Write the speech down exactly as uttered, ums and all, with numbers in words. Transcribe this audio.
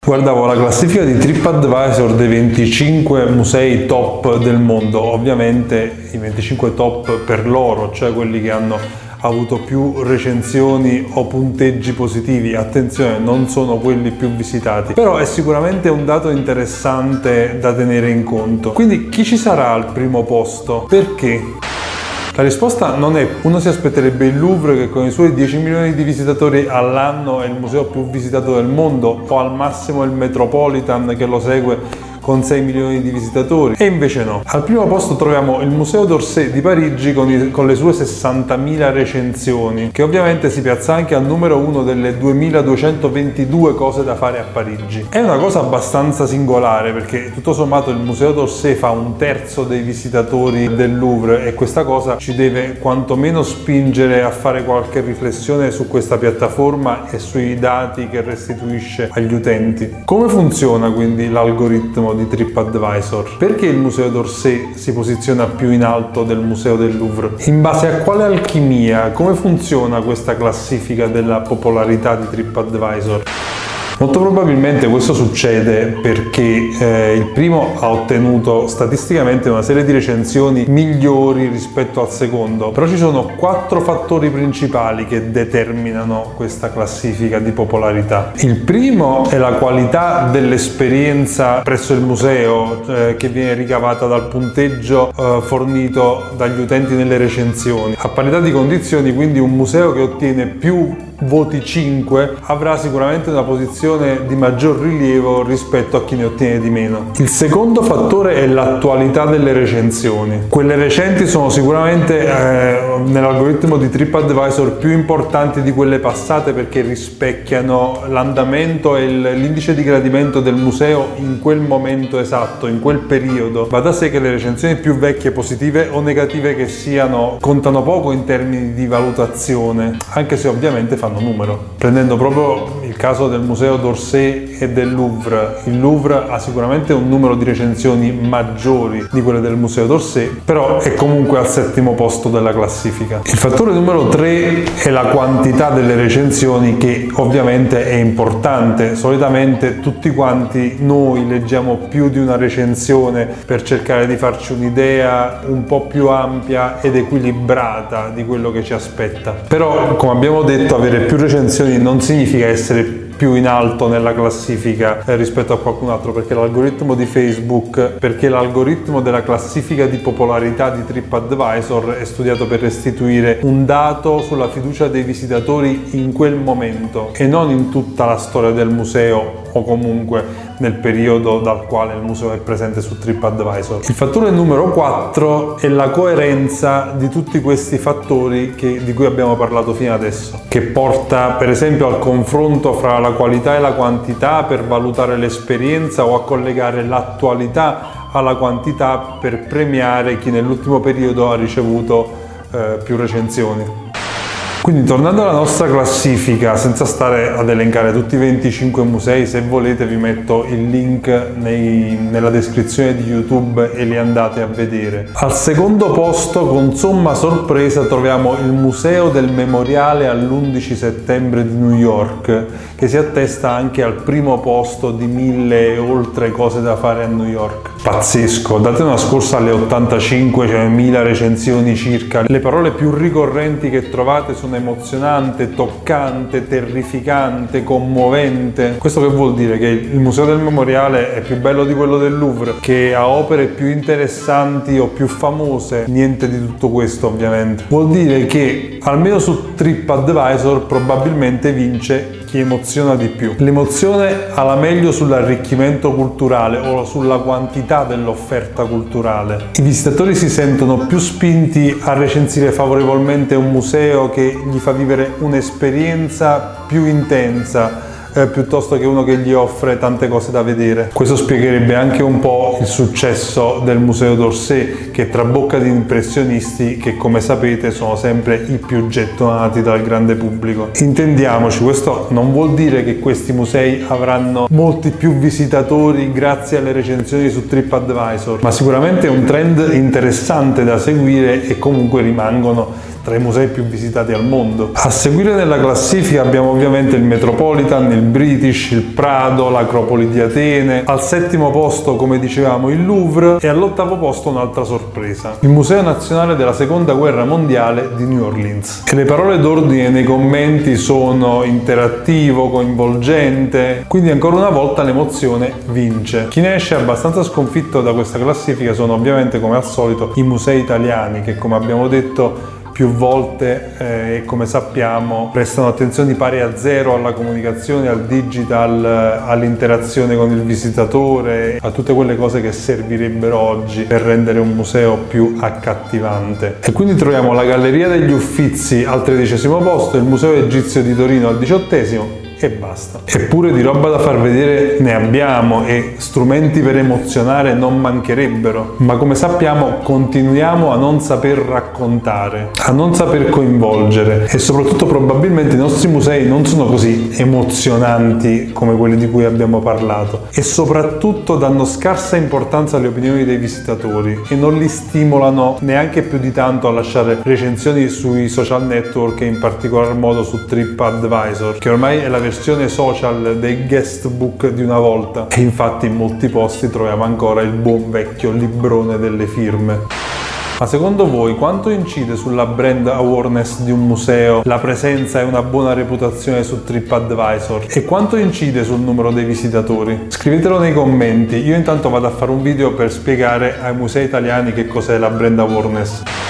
Guardavo la classifica di TripAdvisor dei venticinque musei top del mondo, ovviamente i venticinque top per loro, cioè quelli che hanno avuto più recensioni o punteggi positivi. Attenzione, non sono quelli più visitati, però è sicuramente un dato interessante da tenere in conto. Quindi chi ci sarà al primo posto? Perché? La risposta non è: uno si aspetterebbe il Louvre, che con i suoi dieci milioni di visitatori all'anno è il museo più visitato del mondo, o al massimo il Metropolitan che lo segue con sei milioni di visitatori, e invece no. Al primo posto troviamo il Museo d'Orsay di Parigi con, i, con le sue sessantamila recensioni, che ovviamente si piazza anche al numero uno delle duemiladuecentoventidue cose da fare a Parigi. È una cosa abbastanza singolare, perché tutto sommato il Museo d'Orsay fa un terzo dei visitatori del Louvre, e questa cosa ci deve quantomeno spingere a fare qualche riflessione su questa piattaforma e sui dati che restituisce agli utenti. Come funziona quindi l'algoritmo di TripAdvisor? Perché il Museo d'Orsay si posiziona più in alto del Museo del Louvre? In base a quale alchimia? Come funziona questa classifica della popolarità di TripAdvisor? Molto probabilmente questo succede perché eh, il primo ha ottenuto statisticamente una serie di recensioni migliori rispetto al secondo, però ci sono quattro fattori principali che determinano questa classifica di popolarità. Il primo è la qualità dell'esperienza presso il museo, eh, che viene ricavata dal punteggio eh, fornito dagli utenti nelle recensioni. A parità di condizioni, quindi, un museo che ottiene più voti cinque avrà sicuramente una posizione di maggior rilievo rispetto a chi ne ottiene di meno. Il secondo fattore è l'attualità delle recensioni. Quelle recenti sono sicuramente eh, nell'algoritmo di TripAdvisor più importanti di quelle passate, perché rispecchiano l'andamento e l'indice di gradimento del museo in quel momento esatto, in quel periodo. Va da sé che le recensioni più vecchie, positive o negative che siano, contano poco in termini di valutazione, anche se ovviamente fanno numero. Prendendo proprio il caso del Museo d'Orsay e del Louvre, il Louvre ha sicuramente un numero di recensioni maggiori di quelle del Museo d'Orsay, però è comunque al settimo posto della classifica. Il fattore numero tre è la quantità delle recensioni, che ovviamente è importante. Solitamente tutti quanti noi leggiamo più di una recensione per cercare di farci un'idea un po' più ampia ed equilibrata di quello che ci aspetta. Però, come abbiamo detto, avere più recensioni non significa essere più in alto nella classifica eh, rispetto a qualcun altro, perché l'algoritmo di Facebook, perché l'algoritmo della classifica di popolarità di TripAdvisor è studiato per restituire un dato sulla fiducia dei visitatori in quel momento e non in tutta la storia del museo, o comunque nel periodo dal quale il museo è presente su TripAdvisor. Il fattore numero quattro è la coerenza di tutti questi fattori che, di cui abbiamo parlato fino adesso, che porta per esempio al confronto fra la qualità e la quantità per valutare l'esperienza, o a collegare l'attualità alla quantità per premiare chi nell'ultimo periodo ha ricevuto eh, più recensioni. Quindi, tornando alla nostra classifica, senza stare ad elencare tutti i venticinque musei, se volete vi metto il link nei, nella descrizione di YouTube e li andate a vedere. Al secondo posto, con somma sorpresa, troviamo il Museo del Memoriale all'undici settembre di New York, che si attesta anche al primo posto di mille e oltre cose da fare a New York. Pazzesco, date una scorsa alle ottantacinque, cioè mille recensioni circa. Le parole più ricorrenti che trovate sono emozionante, toccante, terrificante, commovente. Questo che vuol dire? Che il Museo del Memoriale è più bello di quello del Louvre, che ha opere più interessanti o più famose? Niente di tutto questo, ovviamente. Vuol dire che almeno su TripAdvisor probabilmente vince chi emoziona di più. L'emozione ha la meglio sull'arricchimento culturale o sulla quantità dell'offerta culturale. I visitatori si sentono più spinti a recensire favorevolmente un museo che gli fa vivere un'esperienza più intensa, Eh, piuttosto che uno che gli offre tante cose da vedere. Questo spiegherebbe anche un po' il successo del Museo d'Orsay, che trabocca di impressionisti che, come sapete, sono sempre i più gettonati dal grande pubblico. Intendiamoci, questo non vuol dire che questi musei avranno molti più visitatori grazie alle recensioni su TripAdvisor, ma sicuramente è un trend interessante da seguire, e comunque rimangono tra i musei più visitati al mondo. A seguire nella classifica abbiamo ovviamente il Metropolitan, il British, il Prado, l'Acropoli di Atene, al settimo posto, come dicevamo, il Louvre, e all'ottavo posto un'altra sorpresa, il Museo Nazionale della Seconda Guerra Mondiale di New Orleans. E le parole d'ordine nei commenti sono interattivo, coinvolgente, quindi ancora una volta l'emozione vince. Chi ne esce abbastanza sconfitto da questa classifica sono ovviamente, come al solito, i musei italiani, che, come abbiamo detto più volte eh, e come sappiamo, prestano attenzioni pari a zero alla comunicazione, al digital, all'interazione con il visitatore, a tutte quelle cose che servirebbero oggi per rendere un museo più accattivante. E quindi troviamo la Galleria degli Uffizi al tredicesimo posto, il Museo Egizio di Torino al diciottesimo, e basta. Eppure di roba da far vedere ne abbiamo e strumenti per emozionare non mancherebbero, ma come sappiamo continuiamo a non saper raccontare, a non saper coinvolgere, e soprattutto probabilmente i nostri musei non sono così emozionanti come quelli di cui abbiamo parlato, e soprattutto danno scarsa importanza alle opinioni dei visitatori e non li stimolano neanche più di tanto a lasciare recensioni sui social network e in particolar modo su TripAdvisor, che ormai è la versione versione social dei guestbook di una volta, e infatti in molti posti troviamo ancora il buon vecchio librone delle firme. Ma secondo voi quanto incide sulla brand awareness di un museo la presenza e una buona reputazione su TripAdvisor? E quanto incide sul numero dei visitatori? Scrivetelo nei commenti, io intanto vado a fare un video per spiegare ai musei italiani che cos'è la brand awareness.